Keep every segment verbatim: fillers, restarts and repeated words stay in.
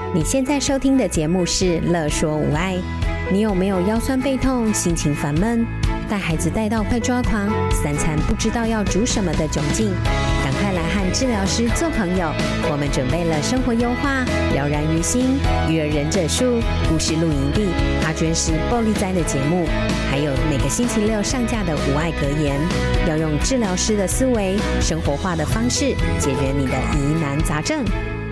你现在收听的节目是乐说无爱。你有没有腰酸背痛、心情烦闷、带孩子带到快抓狂、三餐不知道要煮什么的窘境？赶快来和治疗师做朋友，我们准备了生活优化、了然于心、育儿忍者术、故事露营地、阿娟是暴力灾的节目，还有每个星期六上架的无爱格言，要用治疗师的思维、生活化的方式解决你的疑难杂症。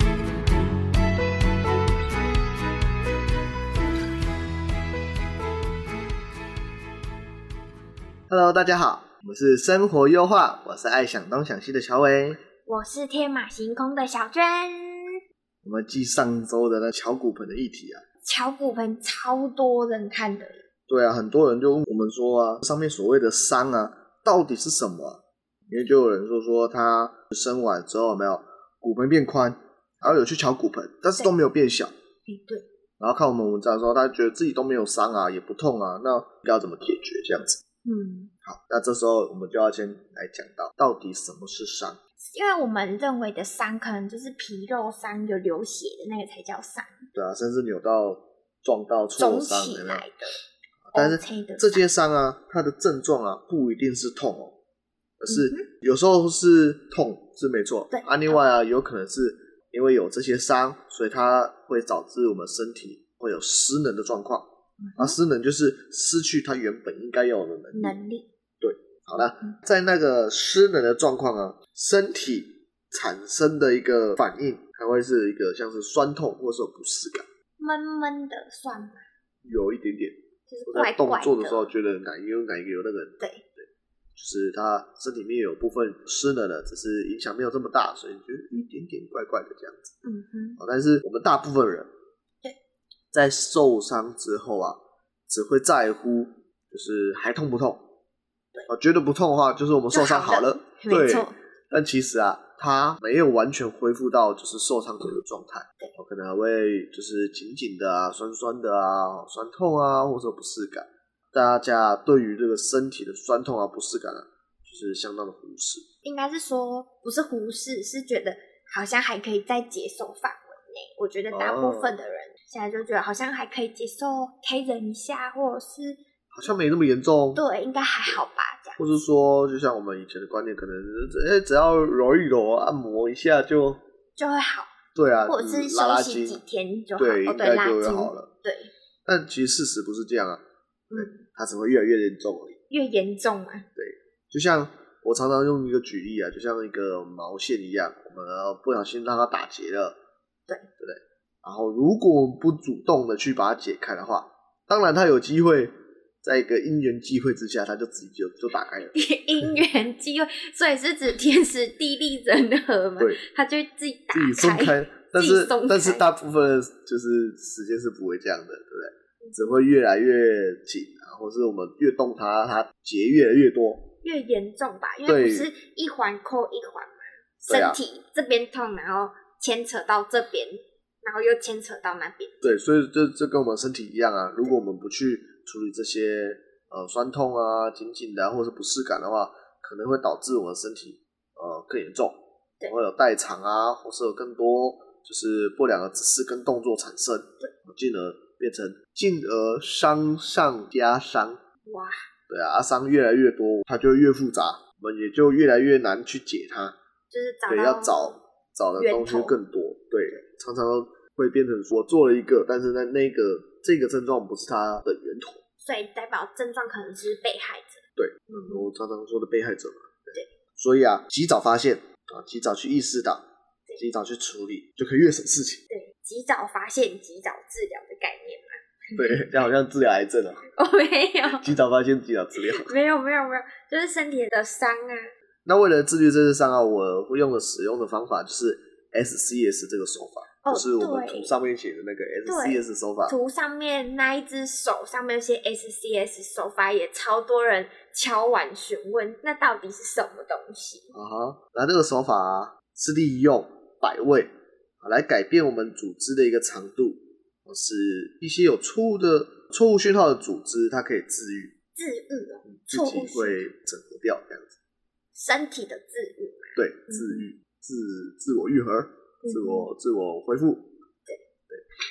Hello， 大家好，我们是生活优化，我是爱想东想西的乔伟， 我是天马行空的小娟。 我们继上周的那巧骨盆的议题啊， 巧骨盆超多人看的。 对啊，很多人就问我们说啊，上面所谓的伤啊，到底是什么啊？因为就有人说说他生完之后有没有骨盆变宽，然后有去巧骨盆，但是都没有变小。 对。 然后看我们文章的时候，他觉得自己都没有伤啊，也不痛啊，那要怎么解决这样子？ 嗯， 好，那这时候我们就要先来讲到到底什么是伤， 因为我们认为的伤可能就是皮肉伤，有流血的那个才叫伤。对啊，甚至扭到、撞到、挫伤肿起来的。 但是这些伤啊，它的症状啊不一定是痛哦，而是有时候是痛是没错，对啊，另外啊有可能是因为有这些伤，所以它会导致我们身体会有失能的状况。啊，失能就是失去它原本应该有的能力。 能力对，好了，嗯、在那个失能的状况啊，身体产生的一个反应，还会是一个像是酸痛或是有不适感， 闷闷的酸吗？ 有一点点， 就是怪怪的。 我在动作的时候觉得哪一个哪一个有那个， 对对，就是他身体里面有部分失能了，只是影响没有这么大，所以你觉得一点点怪怪的这样子。 嗯哼， 但是我们大部分人。在受伤之后啊，只会在乎就是还痛不痛。对，觉得不痛的话，就是我们受伤好了。对，但其实啊，它没有完全恢复到就是受伤前的状态。对，可能还会就是紧紧的啊、酸酸的啊、酸痛啊，或者不适感。大家对于这个身体的酸痛啊、不适感啊，就是相当的忽视。 应该是说不是忽视，是觉得好像还可以在接受范围内。我觉得大部分的人。哦，现在就觉得好像还可以接受，可以忍一下，或者是好像没那么严重。 对，应该还好吧，这样。 或是说，就像我们以前的观念，可能哎，只要揉一揉、按摩一下就就会好。 对啊， 或者是休息几天就好， 对， 哦、 应该就会好了。 对。 但其实事实不是这样啊， 嗯， 它只会越来越严重而已。 越严重啊。 对，就像我常常用一个举例啊，就像一个毛线一样，我们不小心让它打结了， 对， 对不对？然后如果我们不主动的去把它解开的话，当然它有机会在一个因缘际会之下，它就自己就就打开了。 因缘际会，所以是指天时地利人和嘛？ 对， 它就会自己打开， 自己松开。但是但是大部分就是时间是不会这样的，对不对？嗯、只会越来越紧，或是我们越动它，它结越来越多， 越严重吧？因为不是一环扣一环嘛，身体这边痛，然后牵扯到这边。然后又牵扯到那边， 对，所以这这跟我们身体一样啊。如果我们不去处理这些呃酸痛啊、紧紧的、啊、或者是不适感的话，可能会导致我们身体呃更严重，会有代偿啊，或是有更多就是不良的指示跟动作产生，对，进而变成进而伤上加伤。 哇， 对啊，伤越来越多，它就越复杂，我们也就越来越难去解它， 就是找到对，要找找的东西更多，对，常常会变成我做了一个，但是那那个这个症状不是它的源头， 所以代表症状可能是被害者。 对，嗯，我常常说的被害者嘛。对，所以啊，及早发现啊，及早去意识到，及早去处理，就可以越省事情。 对，及早发现，及早治疗的概念嘛。 对，这样好像治疗癌症啊。 我、哦、没有。 及早发现，及早治疗。 没有，没有，没有，就是身体的伤啊。 那为了治愈这些伤啊，我会用的使用的方法就是 S C S 这个手法。就是我们图上面写的那个 S C S 手法， 图上面那一只手上面有些 S C S 手法，也超多人敲碗询问，那到底是什么东西？ 啊哈，那这个手法啊，是利用摆位来改变我们组织的一个长度，或是一些有错误的错误讯号的组织，它可以治愈， 治愈哦， 自己会整合掉这样子， 身体的治愈嘛， 对，治愈、嗯、自自我愈合。自我自我恢复， 对对，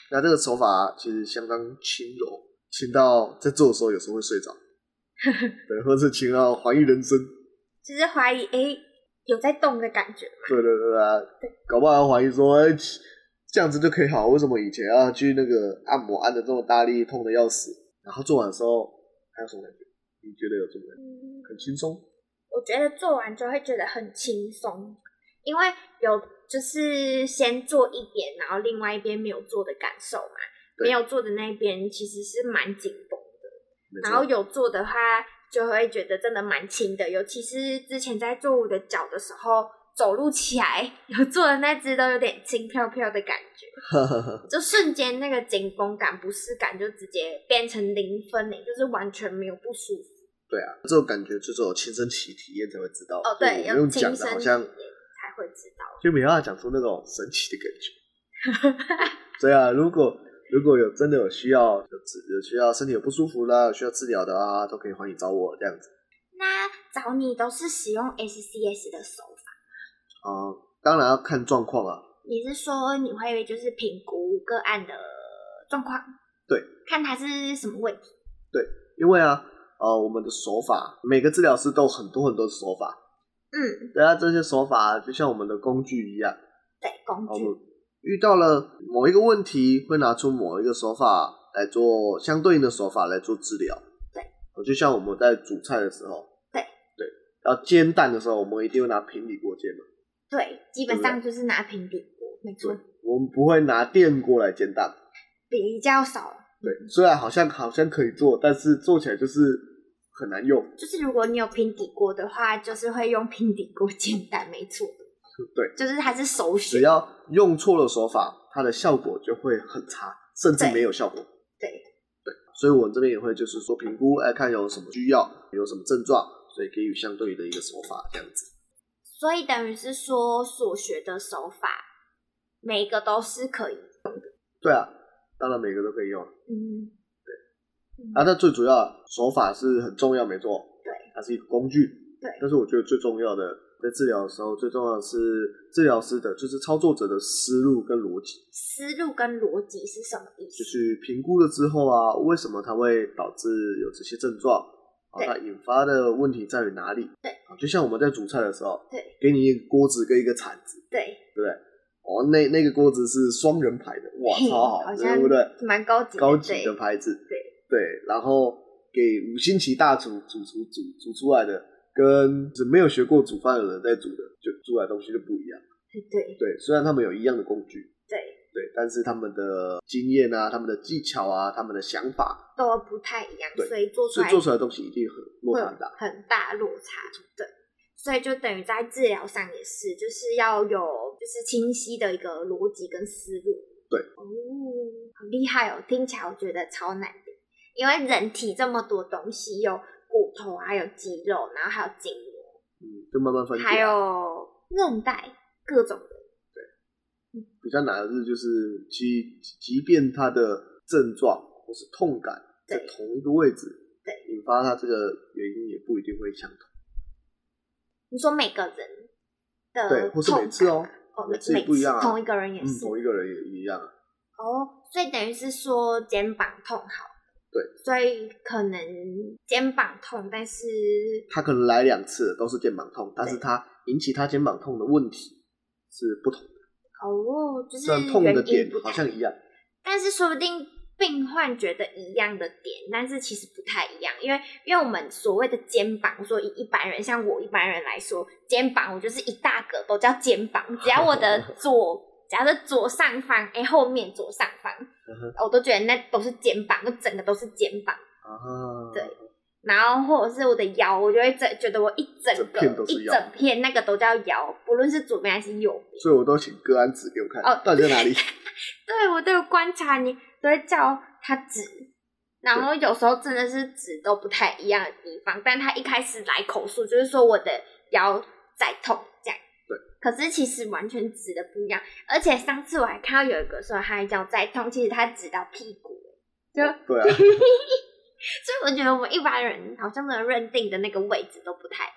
那这个手法其实相当轻柔，轻到在做的时候有时候会睡着，对，或者是轻到怀疑人生， 就是怀疑哎有在动的感觉嘛。 对对对啊，对，搞不好怀疑说哎这样子就可以好，为什么以前要去那个按摩按的这么大力，痛的要死，然后做完的时候还有什么感觉？你觉得有这么感觉？嗯，很轻松。 我觉得做完就会觉得很轻松，因为有就是先做一边，然后另外一边没有做的感受嘛。没有做的那一边其实是蛮紧绷的，然后有做的话就会觉得真的蛮轻的，尤其是之前在做我的脚的时候，走路起来有做的那只都有点轻飘飘的感觉，就瞬间那个紧绷感、不适感就直接变成零分诶，就是完全没有不舒服。 对啊，这种感觉就是有亲身体体验才会知道。 哦，对， 不用讲的好像才会知道， 就没办法讲出那种神奇的感觉。对啊，如果如果有真的有需要有有需要身体有不舒服啦，有需要治疗的啊，都可以欢迎找我这样子。 那找你都是使用 S C S 的手法？ 啊、呃，当然要看状况啊。 你是说你会就是评估个案的状况？ 对， 看他是什么问题？ 对，因为啊，呃，我们的手法，每个治疗师都有很多很多的手法。 嗯， 对啊，这些手法就像我们的工具一样。 对，工具。 遇到了某一个问题，会拿出某一个手法来做相对应的手法来做治疗。 对， 就像我们在煮菜的时候， 对对，要煎蛋的时候，我们一定会拿平底锅煎嘛。 对，基本上就是拿平底锅，没错。 我们不会拿电锅来煎蛋， 比较少。 对，虽然好像好像可以做，但是做起来就是很难用。 就是如果你有平底锅的话，就是会用平底锅煎蛋，没错。 对， 就是它是首选。 只要用错了手法，它的效果就会很差，甚至没有效果。 对对，所以我们这边也会就是说评估，哎，看有什么需要，有什么症状，所以给予相对的一个手法这样子。 所以等于是说，所学的手法每一个都是可以用的。 对啊，当然每个都可以用。 嗯， 对。啊，但最主要手法是很重要，没错。 对， 它是一个工具。 对。 但是我觉得最重要的。在治疗的时候，最重要的是治疗师的，就是操作者的思路跟逻辑。 思路跟逻辑是什么意思？ 就是评估了之后啊，为什么它会导致有这些症状？啊，它引发的问题在于哪里？ 对， 啊，就像我们在煮菜的时候， 对， 给你一个锅子跟一个铲子， 对， 对不对？哦，那那个锅子是双人牌的，哇，超好，对不对？ 蛮高级的， 高级的牌子， 对对，然后给五星级大厨煮出煮煮出来的。跟是没有学过煮饭的人在煮的，就煮来的东西就不一样。 对对，虽然他们有一样的工具， 对对，但是他们的经验啊、他们的技巧啊、他们的想法都不太一样， 对， 所以做出来所以做出来的东西一定很落差很大， 很大落差。对，所以就等于在治疗上也是，就是要有就是清晰的一个逻辑跟思路。 对， 哦，很厉害哦，听起来我觉得超难的，因为人体这么多东西有。骨头还有肌肉，然后还有筋膜， 嗯，就慢慢分解， 还有韧带，各种的。 对，嗯、比较难的是，就是即即便它的症状或是痛感在同一个位置， 对， 引发它这个原因也不一定会相同。 你说每个人的对，或是每次哦， 哦每次也不一样啊， 同一个人也是， 嗯、同一个人也一样啊。 哦，所以等于是说肩膀痛好。 对， 所以可能肩膀痛，但是他可能来两次都是肩膀痛，但是他引起他肩膀痛的问题是不同的。 哦，就是虽然痛的点好像一样， 但是说不定病患觉得一样的点，但是其实不太一样，因为因为我们所谓的肩膀，说以一般人像我一般人来说，肩膀我就是一大个都叫肩膀，只要我的左。只要是左上方，哎、欸，后面左上方，嗯、我都觉得那都是肩膀，就整个都是肩膀。 啊， 对，然后或者是我的腰，我就会整觉得我一整个整一整片那个都叫腰，不论是左边还是右边。 所以我都请个案指给我看， 哦， 到底在哪里？ 对，我都有观察你，都会叫他指，然后有时候真的是指都不太一样的地方，但他一开始来口述就是说我的腰在痛这样。 对， 可是其实完全指的不一样，而且上次我还看到有一个说他脚在痛，其实他指到屁股，就对啊。所以我觉得我们一般人好像的认定的那个位置都不太一样。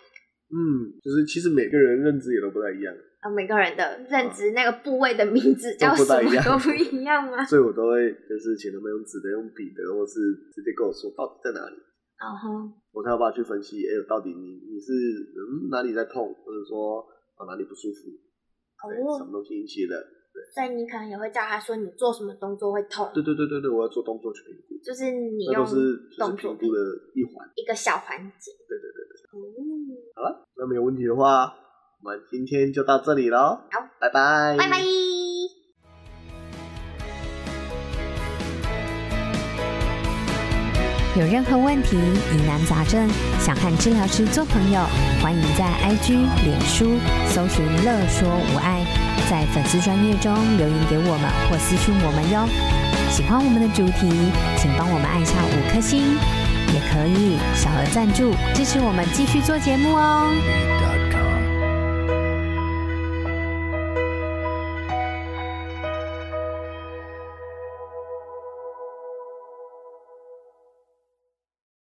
嗯，就是其实每个人认知也都不太一样。 呃，每个人的认知、嗯、那个部位的名字叫什么都不一样吗？ 所以我都会就是请他们用纸的、用笔的，或是直接跟我说到底在哪里。 哦、uh-huh. 我才有办法去分析，哎、欸，到底你你是嗯哪里在痛，或者说啊哪里不舒服，哦、oh. 什么东西引起的？对， 所以你可能也会叫他说你做什么动作会痛。 对对对对对，我要做动作去评估， 就是你用动作，那都是就是评估的一环， 一个小环节。 对对对对。哦、嗯，好了，那没有问题的话，我们今天就到这里咯。 好， 拜拜， 拜拜。 有任何问题、疑难杂症，想和治疗师做朋友，欢迎在 I G、脸书搜寻乐说无碍，在粉丝专页中留言给我们或私讯我们哟。喜欢我们的主题，请帮我们按下五颗星，也可以小额赞助支持我们继续做节目哦。